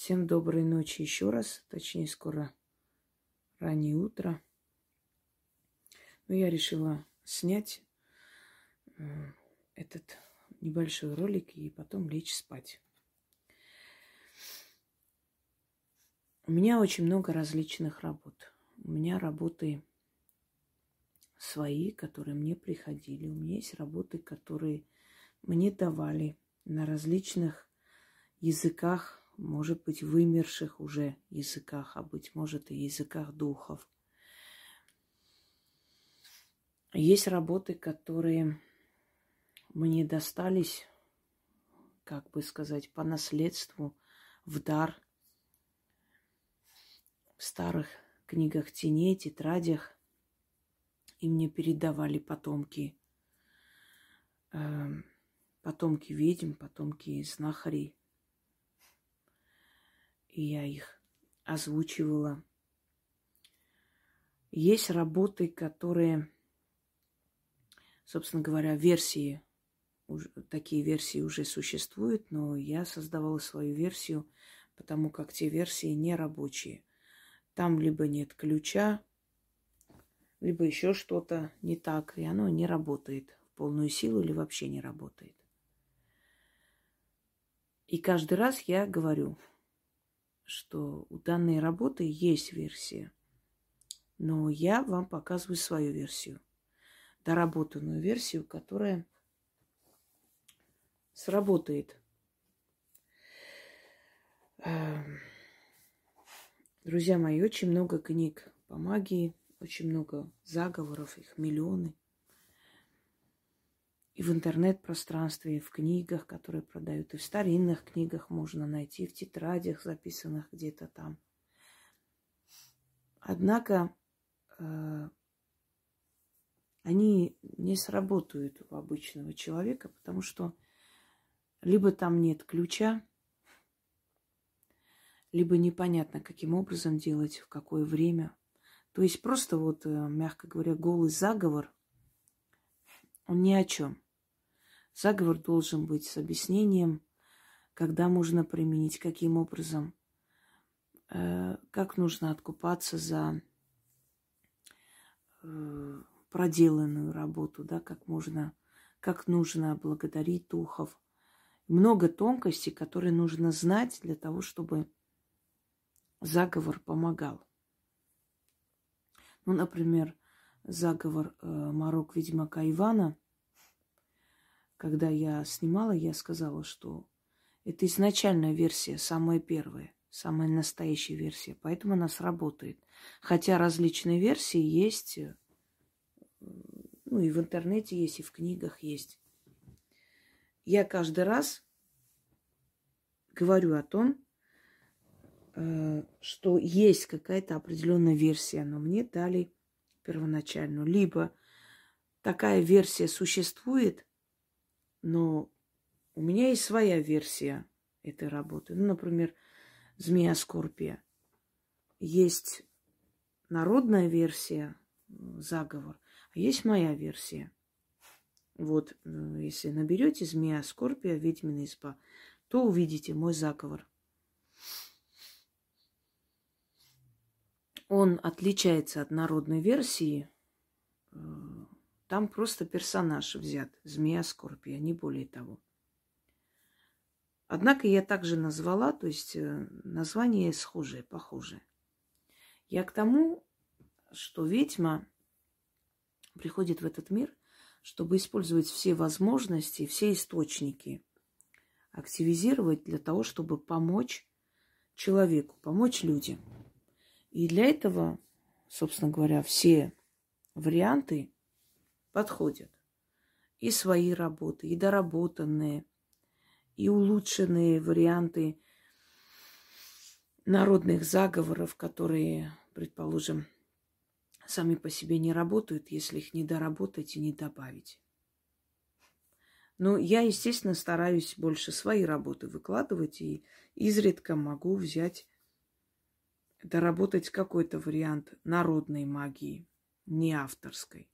Всем доброй ночи еще раз, точнее, скоро раннее утро. Но я решила снять этот небольшой ролик и потом лечь спать. У меня очень много различных работ. У меня работы свои, которые мне приходили. У меня есть работы, которые мне давали на различных языках, может быть, вымерших уже языках, а быть может и языках духов. Есть работы, которые мне достались, как бы сказать, по наследству, в дар, в старых книгах теней, тетрадях. И мне передавали потомки, потомки ведьм, потомки знахарей. И я их озвучивала. Есть работы, которые, собственно говоря, версии, такие версии уже существуют, но я создавала свою версию, потому как те версии не рабочие. Там либо нет ключа, либо еще что-то не так, и оно не работает в полную силу или вообще не работает. И каждый раз я говорю, что у данной работы есть версия, но я вам показываю свою версию, доработанную версию, которая сработает. Друзья мои, очень много книг по магии, очень много заговоров, их миллионы. И в интернет-пространстве, и в книгах, которые продают, и в старинных книгах можно найти, в тетрадях, записанных где-то там. Однако они не сработают у обычного человека, потому что либо там нет ключа, либо непонятно, каким образом делать, в какое время. То есть просто вот, мягко говоря, голый заговор, он ни о чем. Заговор должен быть с объяснением, когда можно применить, каким образом, как нужно откупаться за проделанную работу, да, как нужно благодарить духов. Много тонкостей, которые нужно знать для того, чтобы заговор помогал. Ну, например, заговор Марок ведьмака Ивана. Когда я снимала, я сказала, что это изначальная версия, самая первая, самая настоящая версия. Поэтому она сработает. Хотя различные версии есть, ну и в интернете есть, и в книгах есть. Я каждый раз говорю о том, что есть какая-то определенная версия, но мне дали первоначальную. Либо такая версия существует, но у меня есть своя версия этой работы. Ну, например, «Змея Скорпия». Есть народная версия, заговор, а есть моя версия. Вот, если наберете «Змея Скорпия. Ведьмина изба», то увидите мой заговор. Он отличается от народной версии. Там просто персонаж взят, Змея Скорпия, не более того. Однако я также назвала, то есть название схожее, похожее. Я к тому, что ведьма приходит в этот мир, чтобы использовать все возможности, все источники, активизировать для того, чтобы помочь человеку, помочь людям. И для этого, собственно говоря, все варианты подходят. И свои работы, и доработанные, и улучшенные варианты народных заговоров, которые, предположим, сами по себе не работают, если их не доработать и не добавить. Но я, естественно, стараюсь больше свои работы выкладывать, и изредка могу взять, доработать какой-то вариант народной магии, не авторской.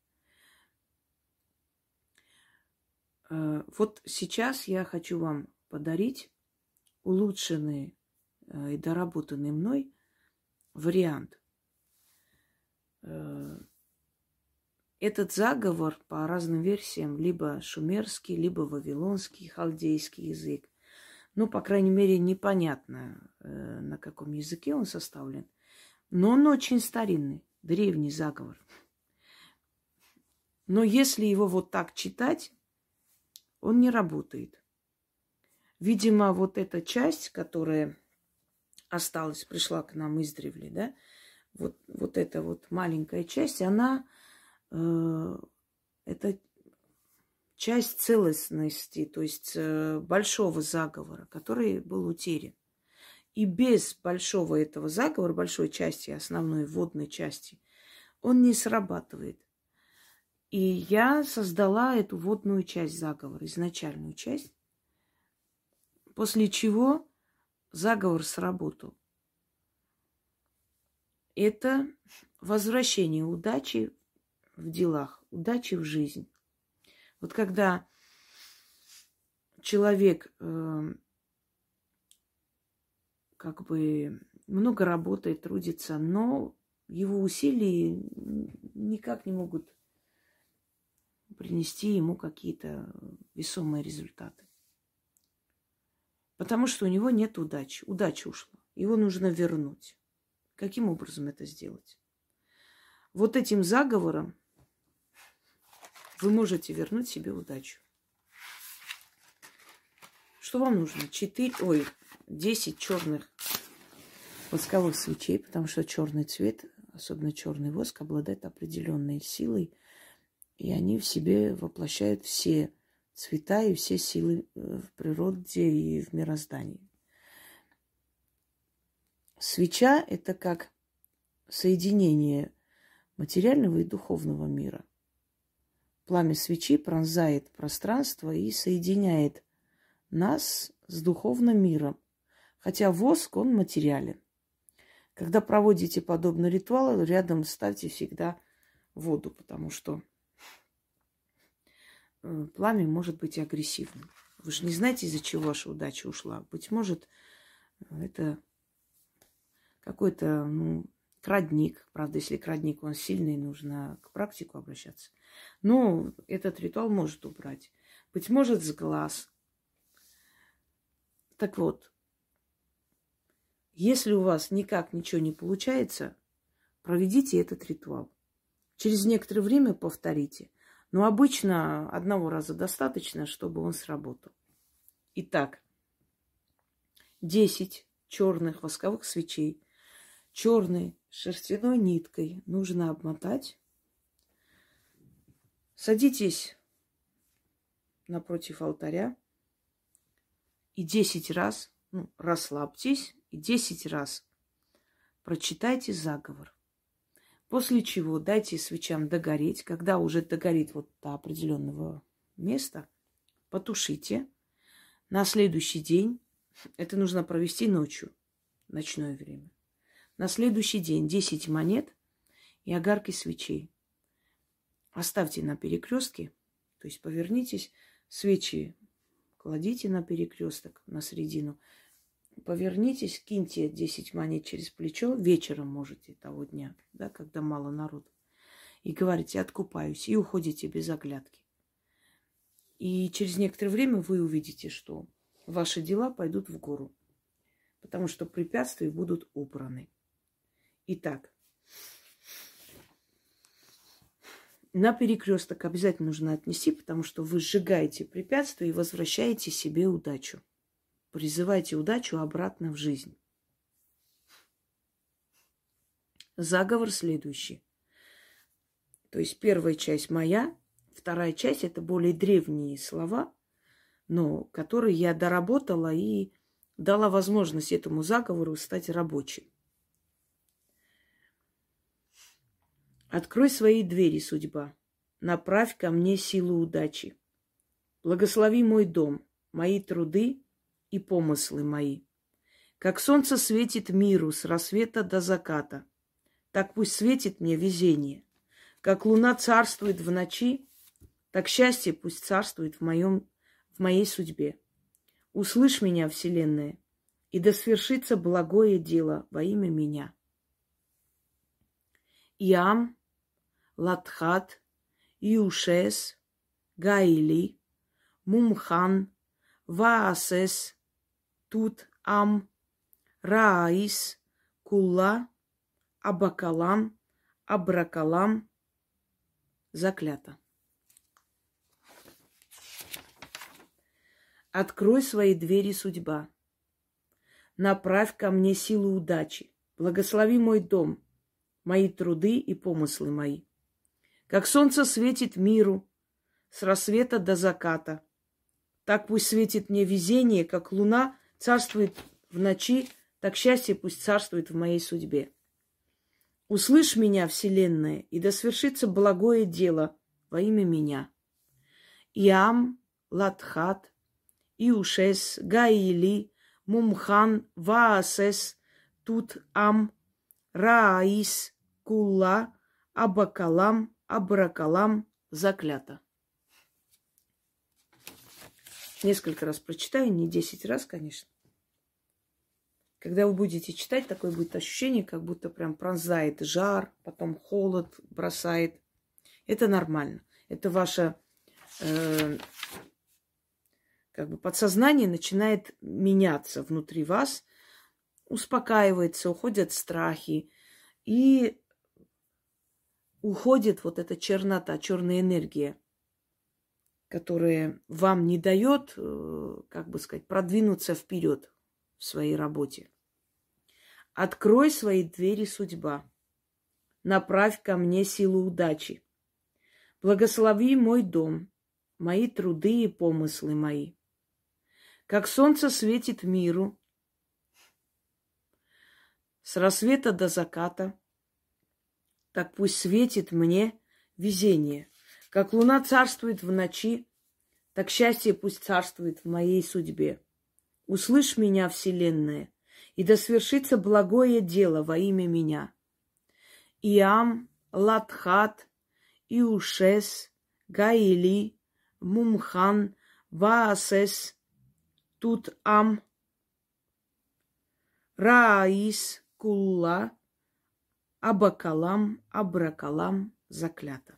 Вот сейчас я хочу вам подарить улучшенные и доработанный мной вариант. Этот заговор по разным версиям либо шумерский, либо вавилонский, халдейский язык. Ну, по крайней мере, непонятно, на каком языке он составлен. Но он очень старинный, древний заговор. Но если его вот так читать, он не работает. Видимо, вот эта часть, которая осталась, пришла к нам издревле, да, вот эта вот маленькая часть, она, это часть целостности, то есть большого заговора, который был утерян. И без большого этого заговора, большой части, основной вводной части, он не срабатывает. И я создала эту вводную часть заговора, изначальную часть, после чего заговор сработал. Это возвращение удачи в делах, удачи в жизнь. Вот когда человек как бы много работает, трудится, но его усилия никак не могут принести ему какие-то весомые результаты. Потому что у него нет удачи. Удача ушла. Его нужно вернуть. Каким образом это сделать? Вот этим заговором вы можете вернуть себе удачу. Что вам нужно? 10 черных восковых свечей, потому что черный цвет, особенно черный воск, обладает определенной силой, и они в себе воплощают все цвета и все силы в природе и в мироздании. Свеча – это как соединение материального и духовного мира. Пламя свечи пронзает пространство и соединяет нас с духовным миром. Хотя воск, он материален. Когда проводите подобный ритуал, рядом ставьте всегда воду, потому что пламя может быть агрессивным. Вы же не знаете, из-за чего ваша удача ушла. Быть может, это какой-то, крадник. Правда, если крадник, он сильный, нужно к практику обращаться. Но этот ритуал может убрать. Быть может, с глаз. Так вот, если у вас никак ничего не получается, проведите этот ритуал. Через некоторое время повторите. Но обычно одного раза достаточно, чтобы он сработал. Итак, 10 черных восковых свечей черной шерстяной ниткой нужно обмотать. Садитесь напротив алтаря и 10 раз, расслабьтесь и 10 раз прочитайте заговор. После чего дайте свечам догореть. Когда уже догорит вот до определенного места, потушите. На следующий день, это нужно провести ночью, ночное время. На следующий день 10 монет и огарки свечей. Оставьте на перекрестке, то есть повернитесь, свечи кладите на перекресток, на середину. Повернитесь, киньте 10 монет через плечо, вечером можете того дня, да, когда мало народу. И говорите: откупаюсь, и уходите без оглядки. И через некоторое время вы увидите, что ваши дела пойдут в гору, потому что препятствия будут убраны. Итак, на перекресток обязательно нужно отнести, потому что вы сжигаете препятствия и возвращаете себе удачу. Призывайте удачу обратно в жизнь. Заговор следующий. То есть первая часть моя, вторая часть – это более древние слова, но которые я доработала и дала возможность этому заговору стать рабочим. Открой свои двери, судьба, направь ко мне силу удачи. Благослови мой дом, мои труды и помыслы мои. Как солнце светит миру с рассвета до заката, так пусть светит мне везение. Как луна царствует в ночи, так счастье пусть царствует в моей судьбе. Услышь меня, Вселенная, и да свершится благое дело во имя меня. Иам, Латхат, Иушес, Гаили, Мумхан, Ваасес, Тут Ам, Раис, Кулла, Абакалам, Абракалам, заклято. Открой свои двери, судьба. Направь ко мне силу удачи. Благослови мой дом, мои труды и помыслы мои. Как солнце светит миру с рассвета до заката, так пусть светит мне везение, как луна царствует в ночи, так счастье пусть царствует в моей судьбе. Услышь меня, Вселенная, и да свершится благое дело во имя меня. Иам, Латхат, Иушес, Гаили, Мумхан, Ваасес, Тут Ам, Раис, Кулла, Абакалам, Абракалам, заклято. Несколько раз прочитаю, не 10 раз, конечно. Когда вы будете читать, такое будет ощущение, как будто прям пронзает жар, потом холод бросает. Это нормально. Это ваше подсознание начинает меняться внутри вас, успокаивается, уходят страхи, и уходит вот эта чернота, черная энергия, которая вам не дает, продвинуться вперед в своей работе. Открой свои двери, судьба. Направь ко мне силу удачи. Благослови мой дом, мои труды и помыслы мои. Как солнце светит миру с рассвета до заката, так пусть светит мне везение. Как луна царствует в ночи, так счастье пусть царствует в моей судьбе. Услышь меня, Вселенная, и да свершится благое дело во имя меня. Иам, Латхат, Иушес, Гаили, Мумхан, Ваасес, Тут Ам, Раис, Кулла, Абакалам, Абракалам, заклято.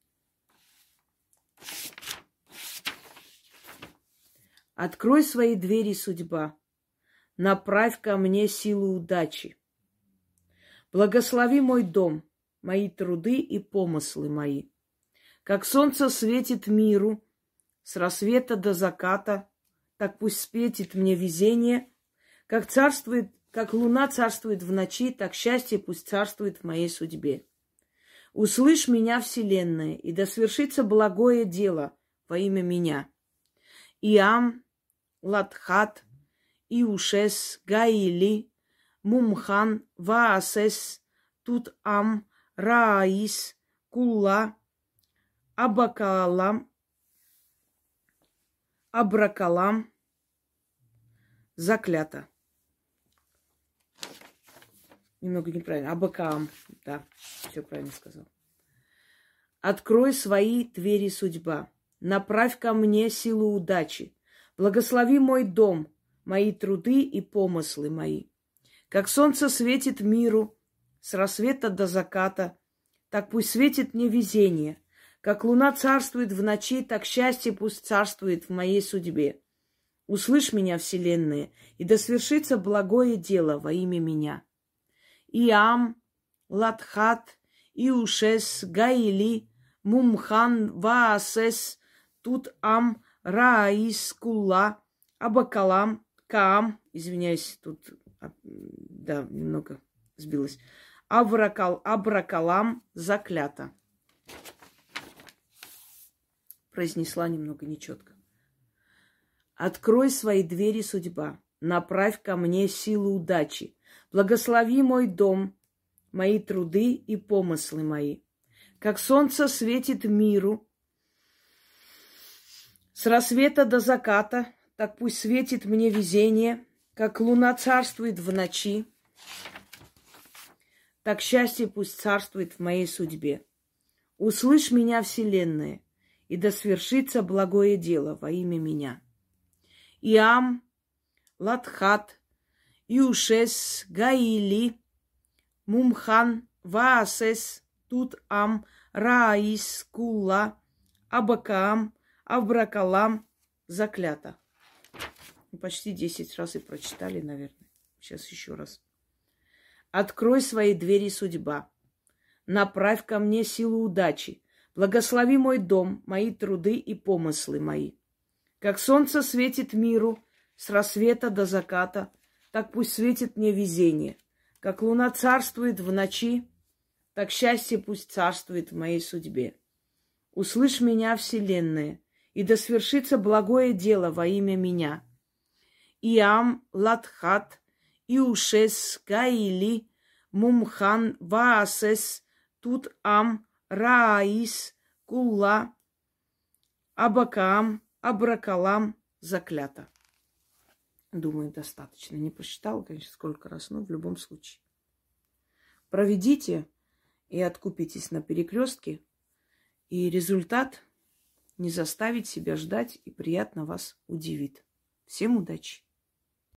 Открой свои двери, судьба. Направь ко мне силу удачи. Благослови мой дом, мои труды и помыслы мои. Как солнце светит миру с рассвета до заката, так пусть светит мне везение. Как луна царствует в ночи, так счастье пусть царствует в моей судьбе. Услышь меня, Вселенная, и да свершится благое дело во имя меня. Иам, Латхат, Иушес, Гаили, Мумхан, Ваасес, Тут Ам, Раис, Кулла, Абакалам, Абракалам, заклято. Немного неправильно. Абакаам. Да, все правильно сказал. Открой свои двери, судьба. Направь ко мне силу удачи. Благослови мой дом, мои труды и помыслы мои. Как солнце светит миру с рассвета до заката, так пусть светит мне везение. Как луна царствует в ночи, так счастье пусть царствует в моей судьбе. Услышь меня, Вселенная, и да свершится благое дело во имя меня. Иам, Латхат, Иушес, Гаили, Мумхан, Ваасес, Тут Ам, Раис, Кулла, Абакалам, Каам, извиняюсь, тут, да, немного сбилась, Абракалам, заклято. Произнесла немного нечетко. Открой свои двери, судьба. Направь ко мне силу удачи. Благослови мой дом, мои труды и помыслы мои. Как солнце светит миру с рассвета до заката, так пусть светит мне везение. Как луна царствует в ночи, так счастье пусть царствует в моей судьбе. Услышь меня, Вселенная, и да свершится благое дело во имя меня. Иам, Латхат, Иушес, Гаили, Мумхан, Ваасес, Тут Ам, Раис, Кула, Абакаам, Авбракалам, заклято. Почти 10 раз и прочитали, наверное. Сейчас еще раз. Открой свои двери, судьба. Направь ко мне силу удачи. Благослови мой дом, мои труды и помыслы мои. Как солнце светит миру с рассвета до заката, так пусть светит мне везение. Как луна царствует в ночи, так счастье пусть царствует в моей судьбе. Услышь меня, Вселенная, и да свершится благое дело во имя меня. Иам, Латхат, Иушес, Гаили, Мумхан, Ваасес, Тут Ам, Раис, Кулла, Абакаам, Абракалам, заклято. Думаю, достаточно. Не посчитала, конечно, сколько раз, но в любом случае. Проведите и откупитесь на перекрестке, и результат не заставит себя ждать и приятно вас удивит. Всем удачи!